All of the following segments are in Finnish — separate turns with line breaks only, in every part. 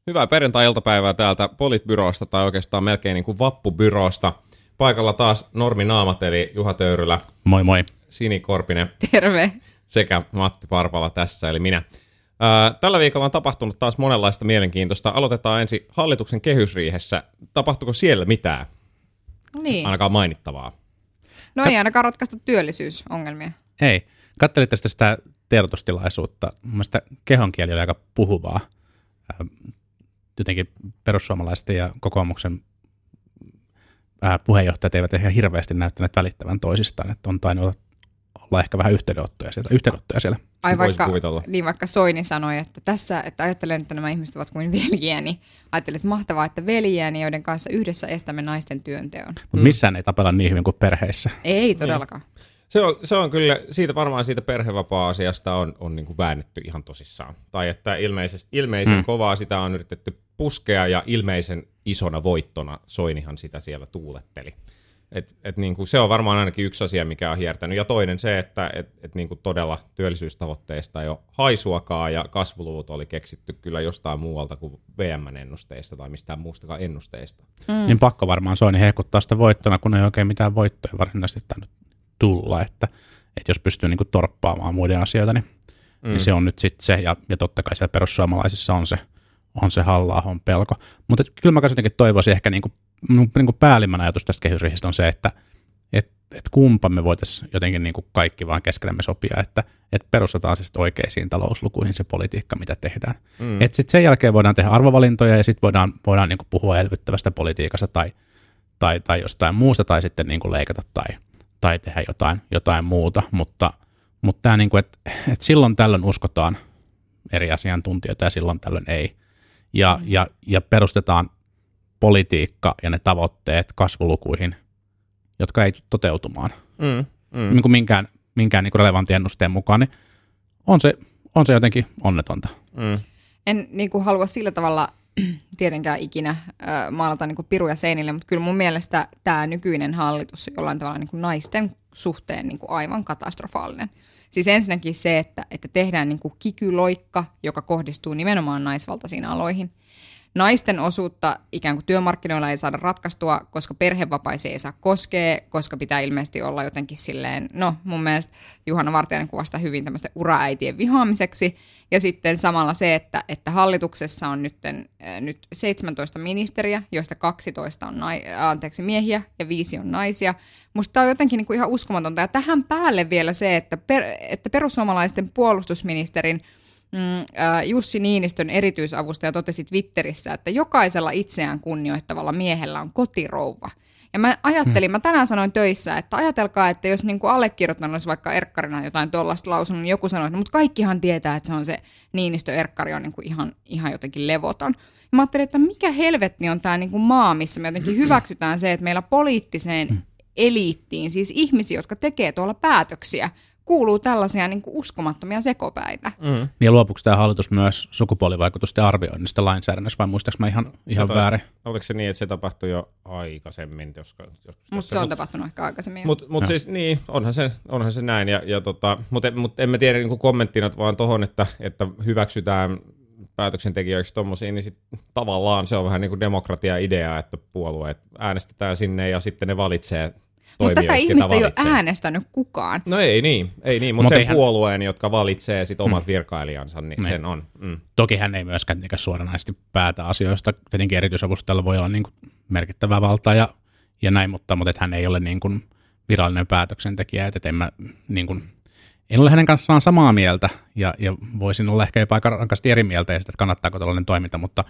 Hyvää perjantai-iltapäivää täältä Politbyrosta tai oikeastaan melkein niin kuin Vappubyrosta. Paikalla taas Normi Naamat eli Juha Töyrylä.
Moi moi.
Sini Korpinen.
Terve.
Sekä Matti Parpala tässä eli minä. Tällä viikolla on tapahtunut taas monenlaista mielenkiintoista. Aloitetaan ensin hallituksen kehysriihessä. Tapahtuiko siellä mitään?
Niin.
Ainakaan mainittavaa.
No ei ainakaan ratkaistu työllisyysongelmia.
Ei. Kattelitte sitä tiedotustilaisuutta. Mun mielestä kehonkieli oli aika puhuvaa. Jotenkin perussuomalaisten ja kokoomuksen puheenjohtajat eivät ihan hirveästi näyttäneet välittävän toisistaan, että on tainnut olla ehkä vähän yhteydenottoja siellä.
Ai vaikka Soini sanoi, että tässä, että ajattelen, että nämä ihmiset ovat kuin veljiäni. Ajattelin, että mahtavaa, että veljiäni, joiden kanssa yhdessä estämme naisten työnteon.
Mutta missään ei tapella niin hyvin kuin perheissä.
Ei todellakaan.
Se on kyllä, varmaan siitä perhevapaa-asiasta on niin kuin väännetty ihan tosissaan. Tai että ilmeisen kovaa sitä on yritetty puskea ja ilmeisen isona voittona Soinihan sitä siellä tuuletteli. Niin kuin se on varmaan ainakin yksi asia, mikä on hiertänyt. Ja toinen se, että niin kuin todella työllisyystavoitteista ei ole haisuakaan ja kasvuluvut oli keksitty kyllä jostain muualta kuin VM-ennusteista tai mistään muustakaan ennusteista.
Niin pakko varmaan Soini hehkuttaa sitä voittona, kun ei oikein mitään voittoja varsinaisesti tainnut tulla, että jos pystyy niin kuin torppaamaan muiden asioita, niin se on nyt sitten se, ja totta kai siellä perussuomalaisissa on se Halla-ahon pelko. Mutta kyllä mä jotenkin toivoisin ehkä niin kuin päällimmäinen ajatus tästä kehysriihestä on se, että kumpa me voitaisiin jotenkin niin kuin kaikki vaan keskenämme sopia, että perustetaan se oikeisiin talouslukuihin se politiikka, mitä tehdään. Että sitten sen jälkeen voidaan tehdä arvovalintoja ja sitten voidaan niin kuin puhua elvyttävästä politiikasta tai jostain muusta tai sitten niin kuin leikata tai tehdä jotain muuta, mutta tämä niin kuin, että silloin tällöin uskotaan eri asiantuntijoita ja silloin tällöin ei. Ja perustetaan politiikka ja ne tavoitteet kasvulukuihin, jotka ei tule toteutumaan niin kuin minkään niin kuin relevantin ennusteen mukaan, niin on se jotenkin onnetonta.
En niin kuin halua sillä tavalla tietenkään ikinä maalata niin kuin piruja seinille, mutta kyllä mun mielestä tämä nykyinen hallitus on jollain tavalla niin kuin naisten suhteen niin kuin aivan katastrofaalinen. Siis ensinnäkin se, että tehdään niin kuin kikyloikka, joka kohdistuu nimenomaan naisvaltaisiin aloihin. Naisten osuutta ikään kuin työmarkkinoilla ei saada ratkaistua, koska perhevapaisiin ei saa koskea, koska pitää ilmeisesti olla jotenkin silleen, no mun mielestä Juhana Vartiainen kuvastaa hyvin tämmöistä uraäitien vihaamiseksi. Ja sitten samalla se, että hallituksessa on nyt 17 ministeriä, joista 12 on miehiä ja 5 on naisia. Musta tämä on jotenkin niin kuin ihan uskomatonta. Ja tähän päälle vielä se, että perussuomalaisten puolustusministerin Jussi Niinistön erityisavustaja totesi Twitterissä, että jokaisella itseään kunnioittavalla miehellä on kotirouva. Ja mä ajattelin, mä tänään sanoin töissä, että ajatelkaa, että jos niin kuin allekirjoittanut olisi vaikka erkkarina jotain tuollaista lausunut, niin joku sanoi, että mutta kaikkihan tietää, että se on se Niinistö-erkkari on niin kuin ihan jotenkin levoton. Ja mä ajattelin, että mikä helvetti on tämä niin kuin maa, missä me jotenkin hyväksytään se, että meillä poliittiseen eliittiin, siis ihmisiä, jotka tekee tuolla päätöksiä, kuuluu tällaisia niin kuin uskomattomia sekopäitä.
Ja luopuiko tämä hallitus myös sukupuolivaikutusten arvioinnista lainsäädännössä, vai muistaaks mä ihan väärin?
Oliko se niin, että se tapahtui jo aikaisemmin?
Mutta se on tapahtunut ehkä aikaisemmin.
Mutta siis niin, onhan se näin. Mutta en mä tiedä niin kommenttina vaan tohon, että hyväksytään päätöksentekijöiksi tommosia, niin sit tavallaan se on vähän niin kuin demokratia-idea, että puolueet äänestetään sinne ja sitten ne valitsee.
Mutta tätä ihmistä ei ole äänestänyt kukaan.
No ei niin, mutta sen puolueen, jotka valitsee sit omat virkailijansa, niin sen on.
Toki hän ei myöskään suoranaisesti päätä asioista. Tietenkin erityisavustajalla voi olla niin kuin merkittävää valtaa ja näin, mutta hän ei ole niin kuin virallinen päätöksentekijä. Että en ole hänen kanssaan samaa mieltä ja voisin olla ehkä jopa aika rankasti eri mieltä, että kannattaako tällainen toiminta, mutta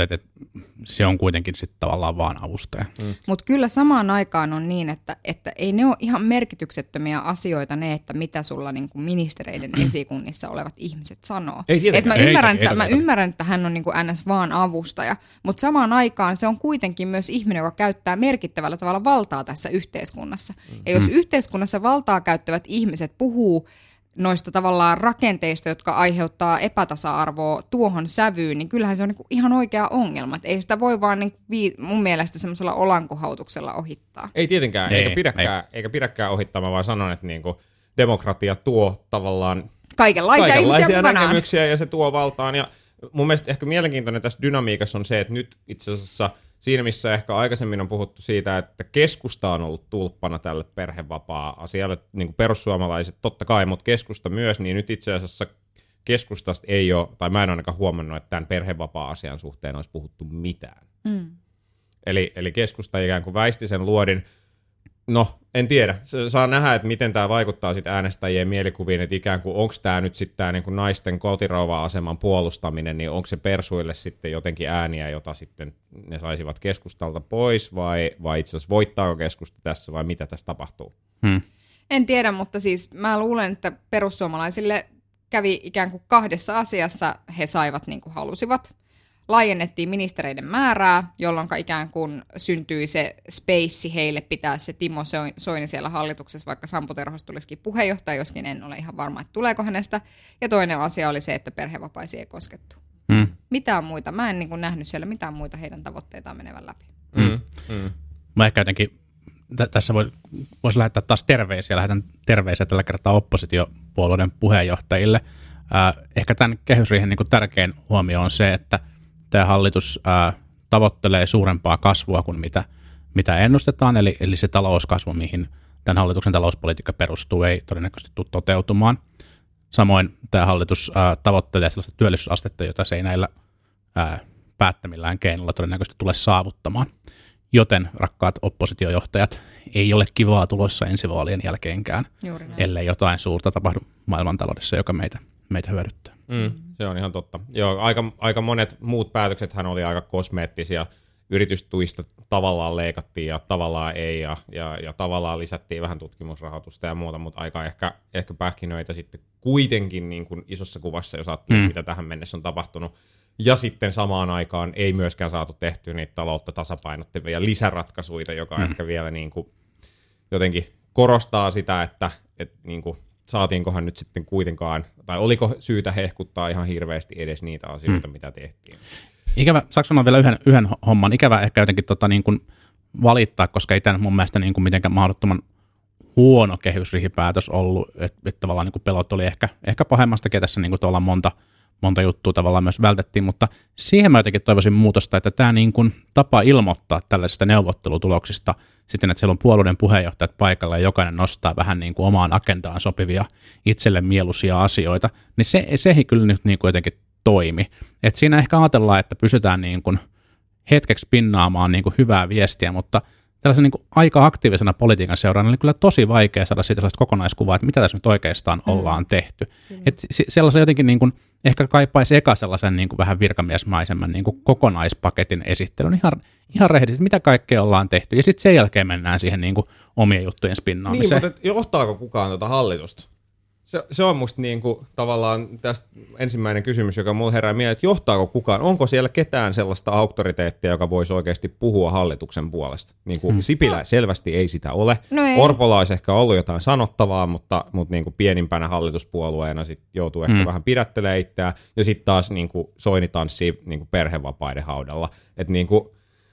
se on kuitenkin sitten tavallaan vaan avustaja.
Mutta kyllä samaan aikaan on niin, että ei ne ole ihan merkityksettömiä asioita ne, että mitä sulla niin kuin ministereiden esikunnissa olevat ihmiset sanoo. Mä ymmärrän, että hän on niin kuin NS vaan avustaja, mutta samaan aikaan se on kuitenkin myös ihminen, joka käyttää merkittävällä tavalla valtaa tässä yhteiskunnassa. Ja jos yhteiskunnassa valtaa käyttävät ihmiset puhuu noista tavallaan rakenteista, jotka aiheuttaa epätasa-arvoa tuohon sävyyn, niin kyllähän se on niinku ihan oikea ongelma. Et ei sitä voi vaan niinku mun mielestä semmoisella olankohautuksella ohittaa.
Ei tietenkään, eikä pidäkään ohittaa, mä vaan sanon, että niinku demokratia tuo tavallaan
kaikenlaisia
näkemyksiä ja se tuo valtaan. Ja mun mielestä ehkä mielenkiintoinen tässä dynamiikassa on se, että nyt itse asiassa siinä, missä ehkä aikaisemmin on puhuttu siitä, että keskusta on ollut tulppana tälle perhevapaa-asialle, niin kuin perussuomalaiset totta kai, mutta keskusta myös, niin nyt itse asiassa keskustasta ei ole, tai mä en ainakaan huomannut, että tämän perhevapaa-asian suhteen olisi puhuttu mitään. Eli keskusta ikään kuin väisti sen luodin. No, en tiedä. Saa nähdä, että miten tämä vaikuttaa sitten äänestäjien mielikuviin, että ikään kuin onko tämä nyt sitten tämä niin kuin naisten kotirauva-aseman puolustaminen, niin onko se persuille sitten jotenkin ääniä, jota sitten ne saisivat keskustalta pois, vai itse asiassa voittaako keskusta tässä, vai mitä tässä tapahtuu?
En tiedä, mutta siis mä luulen, että perussuomalaisille kävi ikään kuin kahdessa asiassa, he saivat niin kuin halusivat. Laajennettiin ministereiden määrää, jolloin ikään kuin syntyi se space heille pitää se Timo Soini siellä hallituksessa, vaikka Sampo Terhosta tulisikin puheenjohtaja, joskin en ole ihan varma, että tuleeko hänestä. Ja toinen asia oli se, että perhevapaisiin ei koskettu. Mitään muita. Mä en niin kuin nähnyt siellä mitään muita heidän tavoitteitaan menevän läpi.
Mä ehkä jotenkin, tässä voisi lähettää taas terveisiä. Lähetän terveisiä tällä kertaa oppositiopuolueiden puheenjohtajille. Ehkä tämän kehysriihen niin kuin tärkein huomio on se, että tämä hallitus tavoittelee suurempaa kasvua kuin mitä ennustetaan, eli se talouskasvu, mihin tämän hallituksen talouspolitiikka perustuu, ei todennäköisesti tule toteutumaan. Samoin tämä hallitus tavoittelee sellaista työllisyysastetta, jota se ei näillä päättämillään keinoilla todennäköisesti tule saavuttamaan. Joten, rakkaat oppositiojohtajat, ei ole kivaa tulossa ensi vaalien jälkeenkään, ellei jotain suurta tapahdu maailmantaloudessa, joka meitä hyödyttää.
Se on ihan totta. Joo, aika monet muut päätöksethän oli aika kosmeettisia. Yritystuista tavallaan leikattiin ja tavallaan ei, ja tavallaan lisättiin vähän tutkimusrahoitusta ja muuta, mutta aika ehkä pähkinöitä sitten kuitenkin niin kuin isossa kuvassa, jos ajattelee, mitä tähän mennessä on tapahtunut. Ja sitten samaan aikaan ei myöskään saatu tehtyä niitä taloutta tasapainottavia lisäratkaisuja, joka ehkä vielä niin kuin jotenkin korostaa sitä, että niin kuin saatiinkohan nyt sitten kuitenkaan, tai oliko syytä hehkuttaa ihan hirveästi edes niitä asioita, mitä tehtiin.
Ikävä, saanko sanoa vielä yhden homman? Ikävä ehkä jotenkin niin kuin valittaa, koska ei tämä mun mielestä niin kuin mitenkään mahdottoman huono kehysriihipäätös ollut, että tavallaan niin kuin pelot oli ehkä pahemmastakin, tässä niin kuin tuolla monta juttua tavallaan myös vältettiin, mutta siihen mä jotenkin toivoisin muutosta, että tämä niin kuin tapa ilmoittaa tällaisista neuvottelutuloksista siten, että siellä on puolueiden puheenjohtajat paikalla ja jokainen nostaa vähän niin kuin omaan agendaan sopivia itselle mieluisia asioita, niin se ei kyllä nyt niin kuin jotenkin toimi. Et siinä ehkä ajatellaan, että pysytään niin kuin hetkeksi pinnaamaan niin kuin hyvää viestiä, mutta tällaisen niin kuin aika aktiivisena politiikan seuraajana oli kyllä tosi vaikea saada siitä sellaista kokonaiskuvaa, että mitä tässä nyt oikeastaan ollaan tehty. Et sellaisen jotenkin niin kuin ehkä kaipaisi eka sellaisen niin kuin vähän virkamiesmaisemman niin kuin kokonaispaketin esittelyn ihan rehellisesti, mitä kaikkea ollaan tehty. Ja sitten sen jälkeen mennään siihen niin kuin omien juttujen spinnaamiseen.
Niin, mutta johtaako kukaan tuota hallitusta? Se on musta niin kuin, tavallaan tästä ensimmäinen kysymys, joka mulla herää mieleen, että johtaako kukaan, onko siellä ketään sellaista auktoriteettia, joka voisi oikeasti puhua hallituksen puolesta? Niin kuin Sipilä selvästi ei sitä ole. No ei. Orpolla olisi ehkä ollut jotain sanottavaa, mutta niin kuin pienimpänä hallituspuolueena sit joutuu ehkä vähän pidättelemään itseään. Ja sitten taas niin kuin Soini tanssii niin kuin perhevapaiden haudalla. Niin kuin,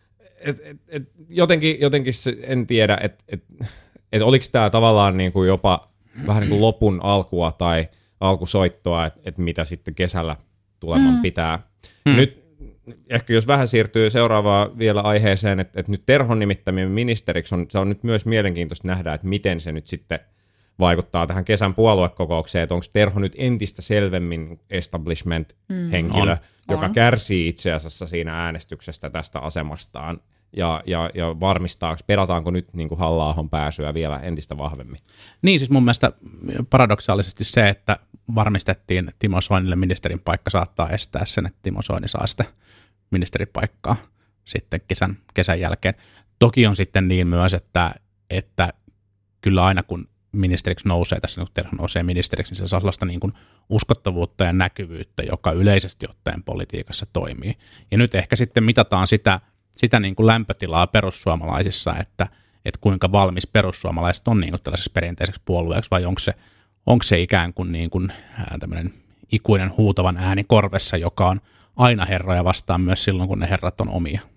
jotenkin en tiedä, että oliko tämä tavallaan niin kuin jopa vähän niin kuin lopun alkua tai alkusoittoa, että mitä sitten kesällä tuleman pitää. Nyt ehkä jos vähän siirtyy seuraavaan vielä aiheeseen, että nyt Terhon nimittäminen ministeriksi, se on nyt myös mielenkiintoista nähdä, että miten se nyt sitten vaikuttaa tähän kesän puoluekokoukseen, että onko Terho nyt entistä selvemmin establishment-henkilö, joka kärsii itse asiassa siinä äänestyksestä tästä asemastaan. Ja perataanko nyt niin kuin Halla-ahon pääsyä vielä entistä vahvemmin?
Niin, siis mun mielestä paradoksaalisesti se, että varmistettiin Timo Soinille ministerin paikka saattaa estää sen, että Timo Soini saa sitä ministeripaikkaa sitten kesän jälkeen. Toki on sitten niin myös, että kyllä aina kun ministeriksi nousee, tässä nyt Terho nousee ministeriksi, niin se saa sellaista niin kuin uskottavuutta ja näkyvyyttä, joka yleisesti ottaen politiikassa toimii. Ja nyt ehkä sitten mitataan sitä niin kuin lämpötilaa perussuomalaisissa, että kuinka valmis perussuomalaiset on niin kuin tällaisessa perinteiseksi puolueeksi, vai onko se ikään kuin tämmöinen ikuinen huutavan ääni korvessa, joka on aina herroja vastaan myös silloin, kun ne herrat on omia.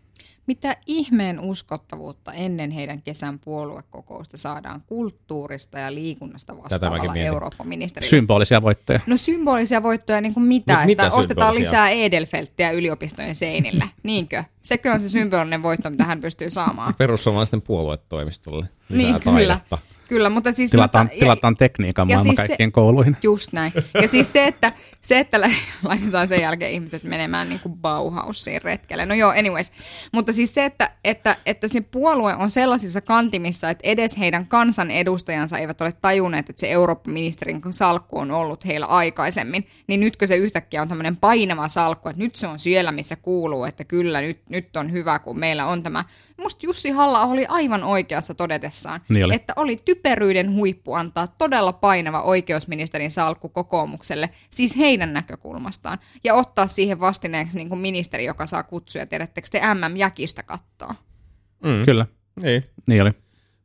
mitä ihmeen uskottavuutta ennen heidän kesän puoluekokousta saadaan kulttuurista ja liikunnasta vastaavalla Eurooppa-ministerillä?
Symbolisia voittoja.
No symbolisia voittoja niin kuin mitä? Että ostetaan lisää Edelfelttiä yliopistojen seinille. Niinkö? Sekö on se symbolinen voitto, mitä hän pystyy saamaan?
Perussuomalaisten puoluetoimistolle lisää
niin,
taidetta.
Kyllä, mutta siis...
Tilataan tekniikan maailmankaikkein kouluihin.
Just näin. Ja siis se, että laitetaan sen jälkeen ihmiset menemään niin kuin Bauhausiin retkelle. No joo, anyways. Mutta siis se, että se puolue on sellaisissa kantimissa, että edes heidän kansanedustajansa eivät ole tajunneet, että se Eurooppa-ministerin salkku on ollut heillä aikaisemmin, niin nytkö se yhtäkkiä on tämmöinen painava salkku, että nyt se on siellä, missä kuuluu, että kyllä nyt on hyvä, kun meillä on tämä. Musta Jussi Halla-aho oli aivan oikeassa todetessaan, että oli typeryyden huippu antaa todella painava oikeusministerin salkku kokoomukselle, siis heidän näkökulmastaan, ja ottaa siihen vastineeksi niin kuin ministeri, joka saa kutsuja, tiedättekö te MM-jäkistä kattoa?
Kyllä, niin oli.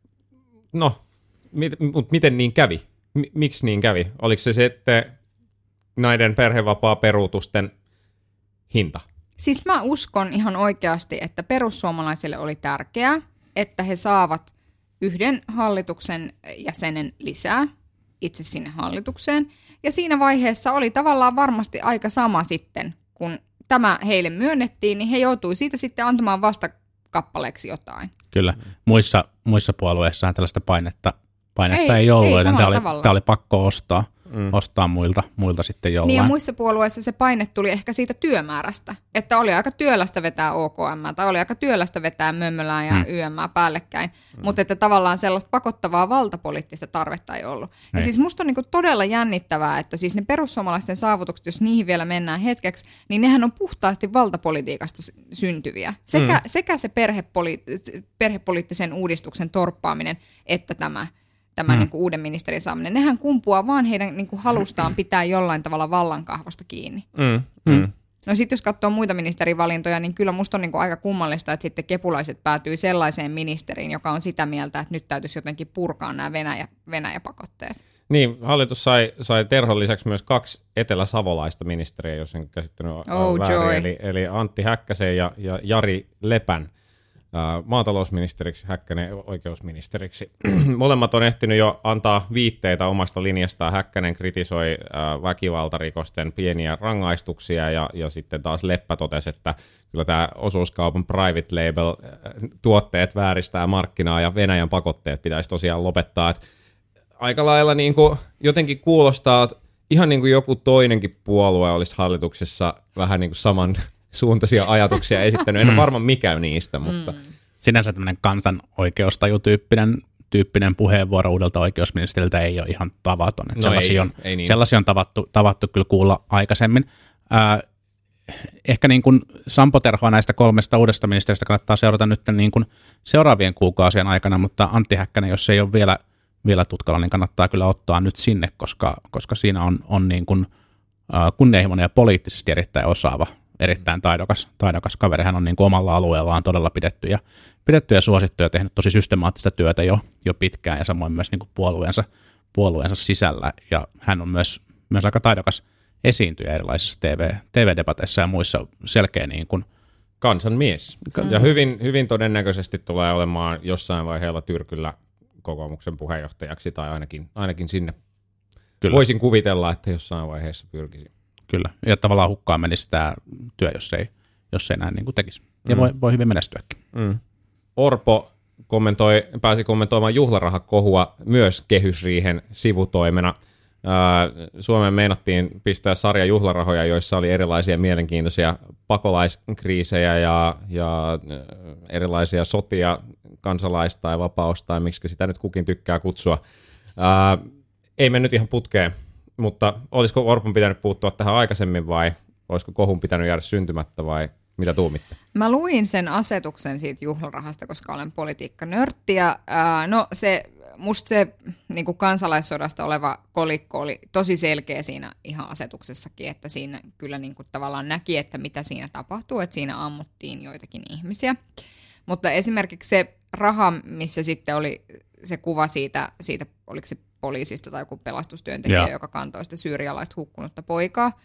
No, miten niin kävi? Miksi niin kävi? Oliko se sitten näiden perhevapaa-peruutusten hinta?
Siis mä uskon ihan oikeasti, että perussuomalaisille oli tärkeää, että he saavat yhden hallituksen jäsenen lisää itse sinne hallitukseen. Ja siinä vaiheessa oli tavallaan varmasti aika sama sitten, kun tämä heille myönnettiin, niin he joutui siitä sitten antamaan vastakappaleeksi jotain.
Kyllä. Muissa puolueissahan tällaista painetta ei ollut, joten tämä oli pakko ostaa muilta sitten jollain.
Niin ja muissa puolueissa se paine tuli ehkä siitä työmäärästä, että oli aika työlästä vetää OKM tai oli aika työlästä vetää Mömmölää ja YM päällekkäin, mutta että tavallaan sellaista pakottavaa valtapoliittista tarvetta ei ollut. Ja siis musta on niinku todella jännittävää, että siis ne perussuomalaisten saavutukset, jos niihin vielä mennään hetkeksi, niin nehän on puhtaasti valtapolitiikasta syntyviä. Sekä se perhepoliittisen uudistuksen torppaaminen, että tämä niin kuin uuden ministerin saaminen. Nehän kumpuaa vaan heidän niin kuin halustaan pitää jollain tavalla vallankahvasta kiinni. No sitten jos katsoo muita ministerivalintoja, niin kyllä musta on niin kuin aika kummallista, että sitten kepulaiset päätyy sellaiseen ministeriin, joka on sitä mieltä, että nyt täytyisi jotenkin purkaa nämä Venäjä-pakotteet.
Niin, hallitus sai Terhon lisäksi myös 2 eteläsavolaista ministeriä, jos en käsittänyt väärin, eli Antti Häkkäsen ja Jari Lepän. Maatalousministeriksi, Häkkänen oikeusministeriksi. Molemmat on ehtinyt jo antaa viitteitä omasta linjastaan. Häkkänen kritisoi väkivaltarikosten pieniä rangaistuksia ja sitten taas Leppä totesi, että kyllä tämä osuuskaupan private label tuotteet vääristää markkinaa ja Venäjän pakotteet pitäisi tosiaan lopettaa. Et aika lailla niin kuin jotenkin kuulostaa, ihan niin kuin joku toinenkin puolue olisi hallituksessa vähän niin kuin saman suuntaisia ajatuksia esittänyt. En ole varma mikä niistä, mutta...
Sinänsä tämmöinen kansanoi-keustajutyyppinen puheenvuoro uudelta oikeusministeriltä ei ole ihan tavaton. No sellaisia on tavattu kyllä kuulla aikaisemmin. Ehkä niin kuin Sampo Terhoa näistä 3 uudesta ministeristä kannattaa seurata nyt niin kuin seuraavien kuukausien aikana, mutta Antti Häkkänen, jos ei ole vielä tutkalla, niin kannattaa kyllä ottaa nyt sinne, koska siinä on niin kuin kunnianhimoinen ja poliittisesti erittäin osaava, erittäin taidokas kaveri. Hän on niin kuin omalla alueellaan todella pidetty ja suosittu ja tehnyt tosi systemaattista työtä jo pitkään ja samoin myös niin kuin puolueensa sisällä. Ja hän on myös aika taidokas esiintyjä erilaisissa TV-debateissa ja muissa selkeä niin kuin
kansanmies. Ja hyvin todennäköisesti tulee olemaan jossain vaiheella tyrkyllä kokoomuksen puheenjohtajaksi tai ainakin sinne. Kyllä. Voisin kuvitella, että jossain vaiheessa pyrkisi.
Kyllä, ja tavallaan hukkaan menisi tämä työ, jos ei näin niin kuin tekisi. Ja voi hyvin menestyäkin.
Orpo pääsi kommentoimaan juhlarahakohua myös kehysriihen sivutoimena. Suomeen meinattiin pistää sarja juhlarahoja, joissa oli erilaisia mielenkiintoisia pakolaiskriisejä ja erilaisia sotia, kansalais- tai vapaus- tai miksi sitä nyt kukin tykkää kutsua. Ei mennyt ihan putkeen. Mutta olisiko Orpon pitänyt puuttua tähän aikaisemmin vai olisiko kohun pitänyt jäädä syntymättä vai mitä tuumitte?
Mä luin sen asetuksen siitä juhlarahasta, koska olen politiikkanörtti. Musta se niin kuin kansalaissodasta oleva kolikko oli tosi selkeä siinä ihan asetuksessakin, että siinä kyllä niin kuin tavallaan näki, että mitä siinä tapahtuu, että siinä ammuttiin joitakin ihmisiä. Mutta esimerkiksi se raha, missä sitten oli se kuva siitä oliko se poliisista tai joku pelastustyöntekijä, joka kantoi sitä syyrialaista hukkunutta poikaa,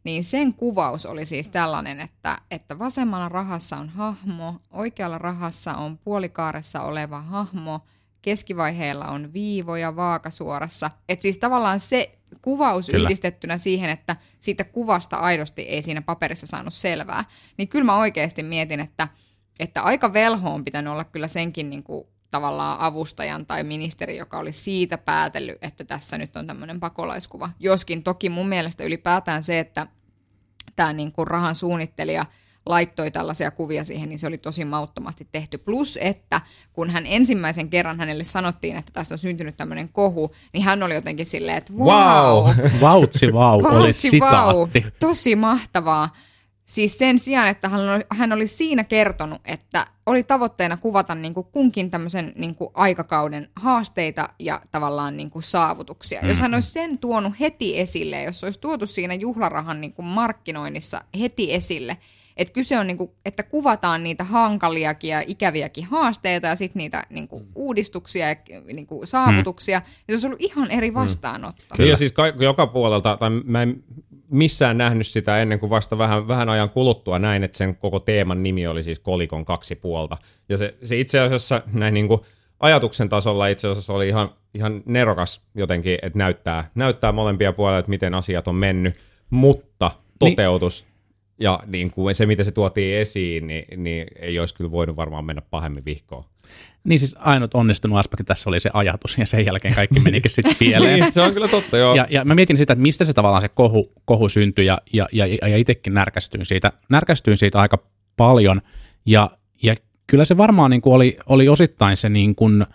niin sen kuvaus oli siis tällainen, että vasemmalla rahassa on hahmo, oikealla rahassa on puolikaaressa oleva hahmo, keskivaiheella on viivoja vaakasuorassa. Että siis tavallaan se kuvaus yhdistettynä siihen, että siitä kuvasta aidosti ei siinä paperissa saanut selvää, niin kyllä mä oikeasti mietin, että aika velho on pitänyt olla kyllä senkin niin kuin tavallaan avustajan tai ministeri, joka oli siitä päätellyt, että tässä nyt on tämmöinen pakolaiskuva. Joskin toki mun mielestä ylipäätään se, että tämä niin kuin rahan suunnittelija laittoi tällaisia kuvia siihen, niin se oli tosi mauttomasti tehty. Plus, että kun hän ensimmäisen kerran hänelle sanottiin, että tästä on syntynyt tämmöinen kohu, niin hän oli jotenkin silleen, että wow!
Vautsi vau, oli sitaatti.
Tosi mahtavaa. Siis sen sijaan, että hän oli siinä kertonut, että oli tavoitteena kuvata niin kuin kunkin tämmöisen niin kuin aikakauden haasteita ja tavallaan niin kuin saavutuksia. Jos hän olisi sen tuonut heti esille, jos olisi tuotu siinä juhlarahan niin kuin markkinoinnissa heti esille, että kyse on, niin kuin, että kuvataan niitä hankaliakin ja ikäviäkin haasteita ja sitten niitä niin kuin uudistuksia ja niin kuin saavutuksia, se olisi ollut ihan eri vastaanotto.
Ja siis joka puolelta, tai mä en missään nähnyt sitä ennen kuin vasta vähän ajan kuluttua näin, että sen koko teeman nimi oli siis Kolikon 2 puolta. Ja se itse asiassa näin niin kuin ajatuksen tasolla itse asiassa oli ihan nerokas jotenkin, että näyttää molempia puolia, että miten asiat on mennyt, mutta toteutus ja niin kuin se, mitä se tuotiin esiin, niin ei olisi kyllä voinut varmaan mennä pahemmin vihkoon.
Niin siis ainut onnistunut aspekti tässä oli se ajatus, ja sen jälkeen kaikki menikin sitten pieleen.
Niin, se on kyllä totta, joo.
Ja mä mietin sitä, että mistä se tavallaan se kohu syntyi, ja itsekin närkästyin siitä aika paljon, ja kyllä se varmaan niin kuin oli osittain se, niin kuin,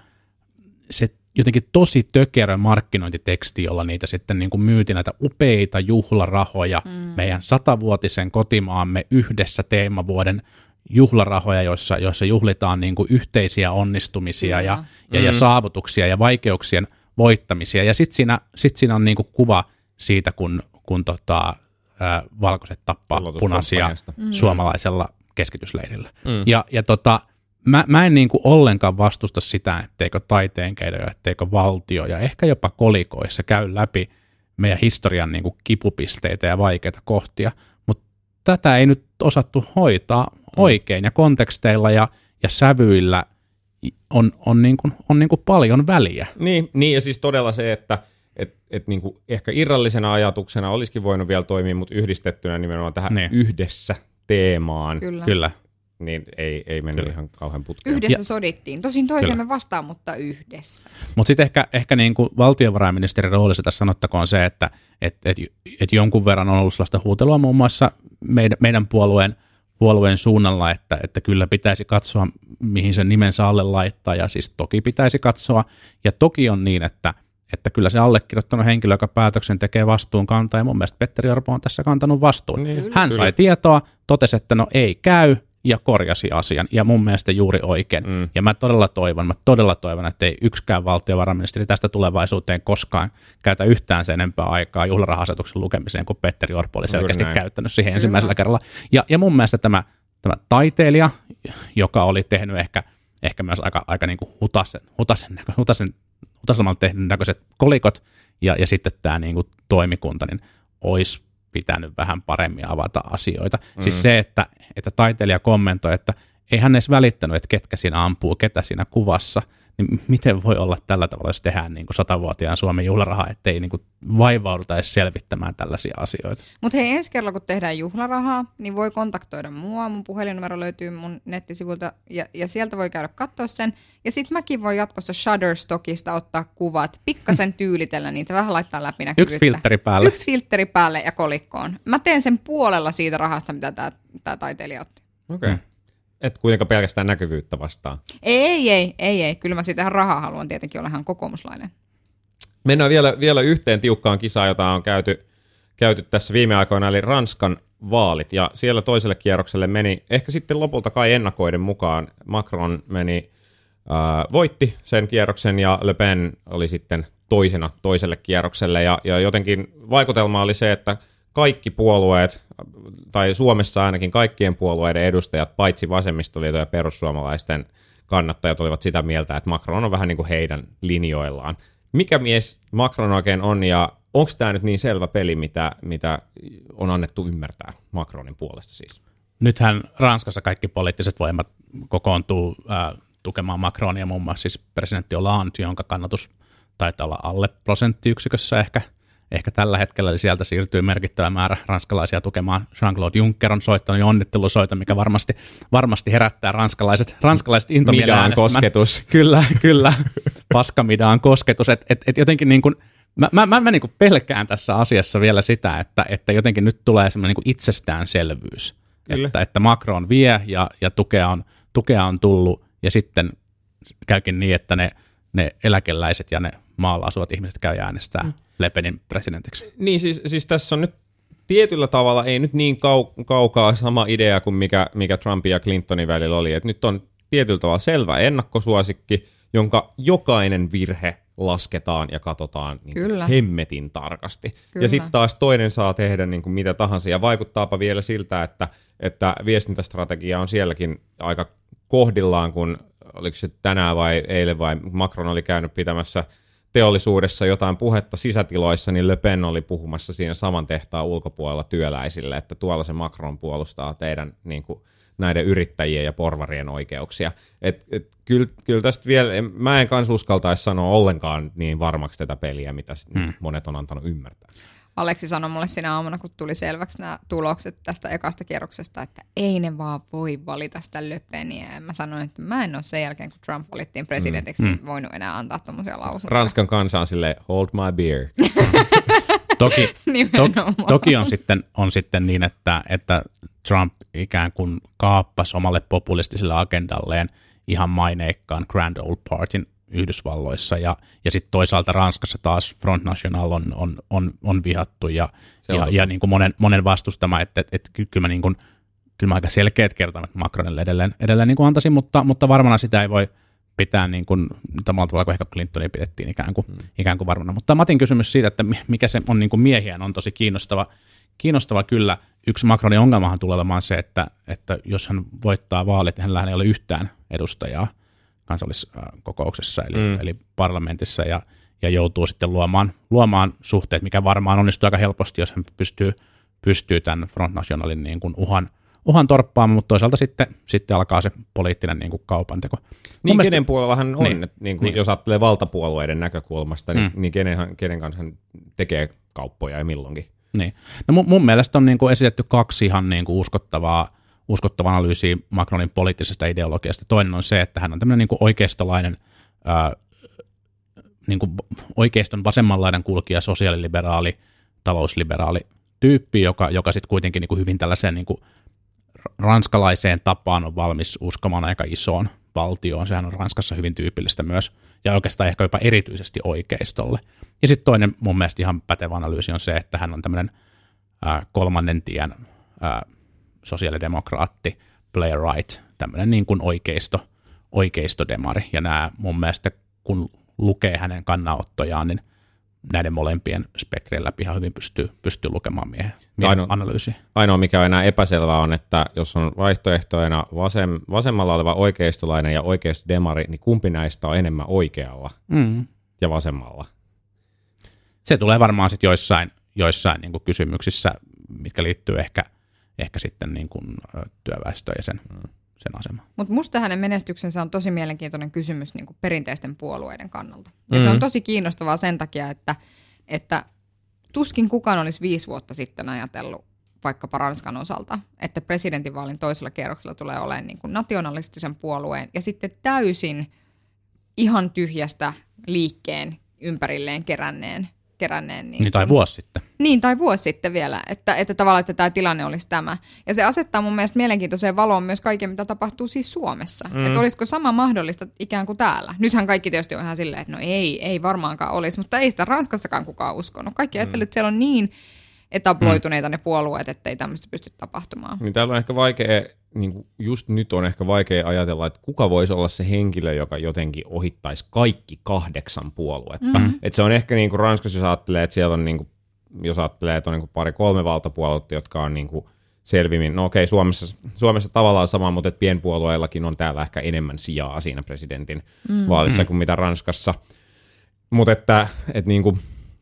se jotenkin tosi tökerö markkinointiteksti, jolla niitä sitten niin kuin myytiin näitä upeita juhlarahoja, meidän 100-vuotisen kotimaamme yhdessä teemavuoden juhlarahoja, joissa juhlitaan niin kuin yhteisiä onnistumisia ja saavutuksia ja vaikeuksien voittamisia. Ja sitten siinä on niin kuin kuva siitä, kun valkoiset tappaa punaisia suomalaisella keskitysleirillä. Mä en niin kuin ollenkaan vastusta sitä, etteikö taiteenkeino, etteikö valtio ja ehkä jopa kolikoissa käy läpi meidän historian niin kuin kipupisteitä ja vaikeita kohtia, mutta tätä ei nyt osattu hoitaa oikein, ja konteksteilla ja sävyillä on niin kuin paljon väliä.
Niin, ja siis todella se, että niin kuin ehkä irrallisena ajatuksena olisikin voinut vielä toimia, mutta yhdistettynä nimenomaan tähän yhdessä teemaan.
Kyllä.
Niin ei mennyt ihan kauhean putkeen.
Yhdessä sodittiin. Tosin toisemme vastaan, mutta yhdessä.
Mutta sitten ehkä niin kuin valtiovarainministerin roolissa tässä sanottakoon se, että jonkun verran on ollut sellaista huutelua muun muassa meidän puolueen suunnalla, että kyllä pitäisi katsoa, mihin sen nimensä alle laittaa, ja siis toki pitäisi katsoa. Ja toki on niin, että kyllä se allekirjoittanut henkilö, joka päätöksen tekee vastuun kantaa, ja mun mielestä Petteri Orpo on tässä kantanut vastuun. Niin, hän sai tietoa, totesi, että no ei käy, ja korjasi asian, ja mun mielestä juuri oikein. Ja mä todella toivon, että ei yksikään valtiovarainministeri tästä tulevaisuuteen koskaan käytä yhtään sen enempää aikaa juhlaraha-asetuksen lukemiseen, kuin Petteri Orpo oli selkeästi käyttänyt siihen ensimmäisellä kerralla. Ja mun mielestä tämä taiteilija, joka oli tehnyt ehkä myös aika niin kuin hutasemalla tehnyt näköiset kolikot, ja sitten tämä niin kuin toimikunta, niin olisi pitänyt vähän paremmin avata asioita. Siis se, että taiteilija kommentoi, että ei hän edes välittänyt, että ketkä siinä ampuu, ketä siinä kuvassa, niin miten voi olla tällä tavalla, jos tehdään niin kuin 100-vuotiaan Suomen juhlaraha, ettei niin kuin vaivauduta edes selvittämään tällaisia asioita.
Mutta hei, ensi kerralla kun tehdään juhlarahaa, niin voi kontaktoida mua. Mun puhelinnumero löytyy mun nettisivuilta ja sieltä voi käydä katsoa sen. Ja sitten mäkin voin jatkossa Shutterstockista ottaa kuvat, pikkasen tyylitellä niitä, vähän laittaa läpinäkyvyyttä.
Yksi filtteri päälle
ja kolikkoon. Mä teen sen puolella siitä rahasta, mitä tää taiteilija otti.
Okei. Et kuitenkaan pelkästään näkyvyyttä vastaan.
Ei. Kyllä mä siitä ihan rahaa haluan tietenkin olla ihan kokoomuslainen.
Mennään vielä yhteen tiukkaan kisaan, jota on käyty tässä viime aikoina, eli Ranskan vaalit. Ja siellä toiselle kierrokselle meni, ehkä sitten lopulta kai ennakoiden mukaan, Macron voitti sen kierroksen ja Le Pen oli sitten toiselle kierrokselle. Ja jotenkin vaikutelma oli se, että kaikki puolueet, tai Suomessa ainakin kaikkien puolueiden edustajat, paitsi vasemmistoliiton ja perussuomalaisten kannattajat, olivat sitä mieltä, että Macron on vähän niin kuin heidän linjoillaan. Mikä mies Macron oikein on, ja onko tämä nyt niin selvä peli, mitä on annettu ymmärtää Macronin puolesta siis?
Nythän Ranskassa kaikki poliittiset voimat kokoontuu tukemaan Macronia, muun muassa siis presidentti Hollande, jonka kannatus taitaa olla alle prosenttiyksikössä ehkä tällä hetkellä, eli sieltä siirtyy merkittävä määrä ranskalaisia tukemaan. Jean-Claude Juncker on soittanut jo onnittelusoita, mikä varmasti herättää ranskalaiset intomielen
äänestämään. Kosketus.
Kyllä. Paskamidaan kosketus. Et jotenkin niin kuin, mä niin kuin pelkään tässä asiassa vielä sitä, että jotenkin nyt tulee semmoinen niin kuin itsestäänselvyys, että Macron vie ja tukea on tullut, ja sitten käykin niin, että ne eläkeläiset ja ne maalla asuvat ihmiset käy äänestää Le Penin presidentiksi.
Niin, siis tässä on nyt tietyllä tavalla ei nyt niin kaukaa sama idea kuin mikä Trumpin ja Clintonin välillä oli. Et nyt on tietyllä tavalla selvä ennakkosuosikki, jonka jokainen virhe lasketaan ja katsotaan niin hemmetin tarkasti. Kyllä. Ja sitten taas toinen saa tehdä niin kuin mitä tahansa. Ja vaikuttaapa vielä siltä, että viestintästrategia on sielläkin aika kohdillaan, kun oliko se tänään vai eilen vai Macron oli käynyt pitämässä teollisuudessa jotain puhetta sisätiloissa, niin Le Pen oli puhumassa siinä saman tehtaan ulkopuolella työläisille, että tuolla se Macron puolustaa teidän niin kuin, näiden yrittäjien ja porvarien oikeuksia. Kyllä tästä vielä, mä en kans uskaltaisi sanoa ollenkaan niin varmaksi tätä peliä, mitä monet on antanut ymmärtää.
Aleksi sanoi mulle siinä aamuna, kun tuli selväksi nämä tulokset tästä ekasta kierroksesta, että ei ne vaan voi valita sitä Le Peniä. Ja mä sanoin, että mä en ole sen jälkeen, kun Trump valittiin presidentiksi, niin voinut enää antaa tommosia lausuntoja.
Ranskan kansa on silleen, hold my beer.
Toki on sitten niin, että Trump ikään kuin kaappasi omalle populistiselle agendalleen ihan maineikkaan Grand Old Partyn Yhdysvalloissa, ja sitten toisaalta Ranskassa taas Front National on vihattu ja niin kuin monen vastustama, että kyllä mä aika selkeät kertomat Macronille edelleen niin kuin antaisin, mutta varmana sitä ei voi pitää niin kuin samalla tavalla kuin ehkä Clintonia pidettiin ikään kuin varmana. Mutta Matin kysymys siitä, että mikä se on niin kuin miehiään, on tosi kiinnostava kyllä. Yksi Macronin ongelmahan tulee olemaan se, että jos hän voittaa vaalit, niin hänellä ei ole yhtään edustajaa kansalliskokouksessa eli parlamentissa ja joutuu sitten luomaan suhteet, mikä varmaan onnistuu aika helposti, jos hän pystyy tämän Front Nationalin niin kuin uhan torppaamaan, mutta toisaalta sitten alkaa se poliittinen niin kuin kaupanteko.
Niin kenen puolella hän on, niin. Jos ajattelee valtapuolueiden näkökulmasta, niin kenen kanssa hän tekee kauppoja ja milloinkin. Niin.
No mun mielestä on niin kuin esitetty kaksi ihan niin kuin uskottavaa analyysiä Macronin poliittisesta ideologiasta. Toinen on se, että hän on tämmöinen niin kuin oikeistolainen, niin kuin oikeiston vasemmanlainen kulkija, sosiaaliliberaali, talousliberaali tyyppi, joka sitten kuitenkin niin kuin hyvin tällaiseen niin kuin ranskalaiseen tapaan on valmis uskomaan aika isoon valtioon. Sehän on Ranskassa hyvin tyypillistä myös, ja oikeastaan ehkä jopa erityisesti oikeistolle. Ja sitten toinen mun mielestä ihan pätevä analyysi on se, että hän on tämmöinen kolmannen tien sosiaalidemokraatti, playwright, tämmöinen niin kuin oikeistodemari. Ja nämä mun mielestä, kun lukee hänen kannanottojaan, niin näiden molempien spektrien läpi ihan hyvin pystyy lukemaan miehen analyysiä.
Ainoa, mikä on enää epäselvää, on, että jos on vaihtoehtoina vasemmalla oleva oikeistolainen ja oikeistodemari, niin kumpi näistä on enemmän oikealla ja vasemmalla?
Se tulee varmaan sitten joissain niin kuin kysymyksissä, mitkä liittyy ehkä sitten niin kuin työväestöön ja sen asemaan.
Mutta musta hänen menestyksensä on tosi mielenkiintoinen kysymys niin kuin perinteisten puolueiden kannalta. Ja se on tosi kiinnostavaa sen takia, että tuskin kukaan olisi 5 vuotta sitten ajatellut vaikkapa Ranskan osalta, että presidentinvaalin toisella kierroksella tulee olemaan niin kuin nationalistisen puolueen ja sitten täysin ihan tyhjästä liikkeen ympärilleen keränneen
niin, tai vuosi sitten.
Niin, tai vuosi sitten vielä, että tavallaan että tämä tilanne olisi tämä. Ja se asettaa mun mielestä mielenkiintoiseen valoon myös kaiken, mitä tapahtuu siis Suomessa. Että olisiko sama mahdollista ikään kuin täällä. Nythän kaikki tietysti on ihan silleen, että no ei varmaankaan olisi, mutta ei sitä Ranskassakaan kukaan uskonut. Kaikki ajattelivat, että siellä on niin etabloituneita ne puolueet, ettei tämmöistä pysty tapahtumaan.
Niin täällä on ehkä vaikea, niin just nyt on ehkä vaikea ajatella, että kuka voisi olla se henkilö, joka jotenkin ohittaisi kaikki 8 puoluetta. Että se on ehkä niin kuin Ranskassa, jos ajattelee, että siellä on, niin kuin, jos ajattelee, että on niin 2-3 valtapuoluetta, jotka on niin kuin selvimmin, no okei, Suomessa tavallaan sama, mutta että pienpuolueillakin on täällä ehkä enemmän sijaa siinä presidentin vaalissa kuin mitä Ranskassa. Mutta että niin kuin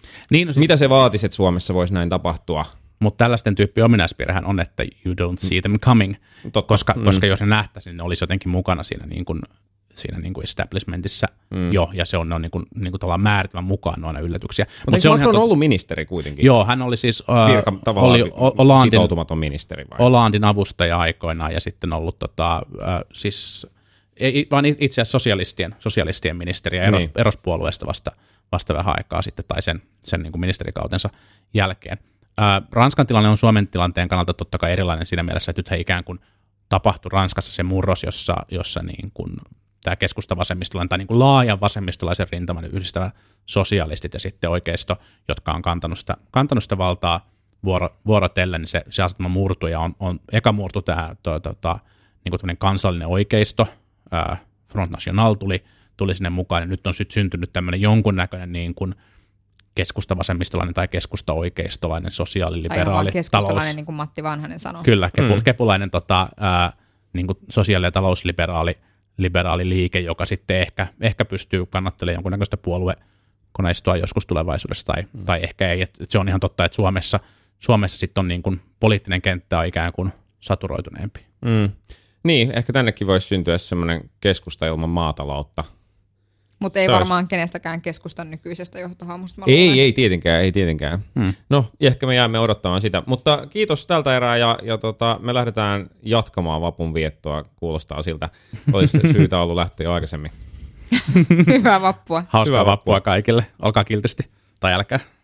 Niin, no
Mitä se vaatisi, että Suomessa voisi näin tapahtua?
Mutta tällaisten tyyppien ominaispiirrehän on, että you don't see them coming, koska jos ne nähtäisiin, niin ne olisi jotenkin mukana siinä niin kuin establishmentissa jo, ja se on niin kuin tavallaan määritelmän mukaan noina yllätyksiä.
Mutta se on ollut ministeri kuitenkin?
Joo, hän oli siis
sitoutumaton ministeri vai?
Hollandin avustaja aikoinaan, ja sitten ollut siis vaan itse asiassa sosialistien ministeri, ja erosi puolueesta vasta vähän aikaa sitten, tai sen niin kuin ministerikautensa jälkeen. Ranskan tilanne on Suomen tilanteen kannalta totta kai erilainen siinä mielessä, että nythän ikään kuin tapahtui Ranskassa se murros, jossa niin kuin tämä keskustavasemmistolainen tai niin kuin laajan vasemmistolaisen rintaman yhdistävä sosialistit ja sitten oikeisto, jotka on kantanut sitä valtaa vuorotellen, niin se asetelma murtui ja on eka murtu tämä niin kuin kansallinen oikeisto, Front National tuli sinne mukaan, ja nyt on syntynyt tämmöinen jonkunnäköinen niin kuin keskustavasemmistolainen tai keskusta-oikeistolainen sosiaaliliberaali
keskustalainen, niin kuin Matti Vanhanen sanoi.
Kyllä, kepulainen niin kuin sosiaali- ja talousliberaali liike, joka sitten ehkä pystyy kannattelemaan jonkunnäköistä puoluekoneistoa joskus tulevaisuudessa, tai ehkä ei. Et se on ihan totta, että Suomessa sitten on niin kuin poliittinen kenttä on ikään kuin saturoituneempi.
Niin,
ehkä tännekin voisi syntyä semmoinen keskusta ilman maataloutta.
Mutta ei varmaan kenestäkään keskustan nykyisestä johtohahmosta.
Ei tietenkään. No, ehkä me jäämme odottamaan sitä. Mutta kiitos tältä erää ja me lähdetään jatkamaan vapun viettoa. Kuulostaa siltä. Olisi syytä ollut lähteä jo aikaisemmin.
Hyvää vappua.
Hauskaa vappua kaikille. Olkaa kiltisti. Tai älkää.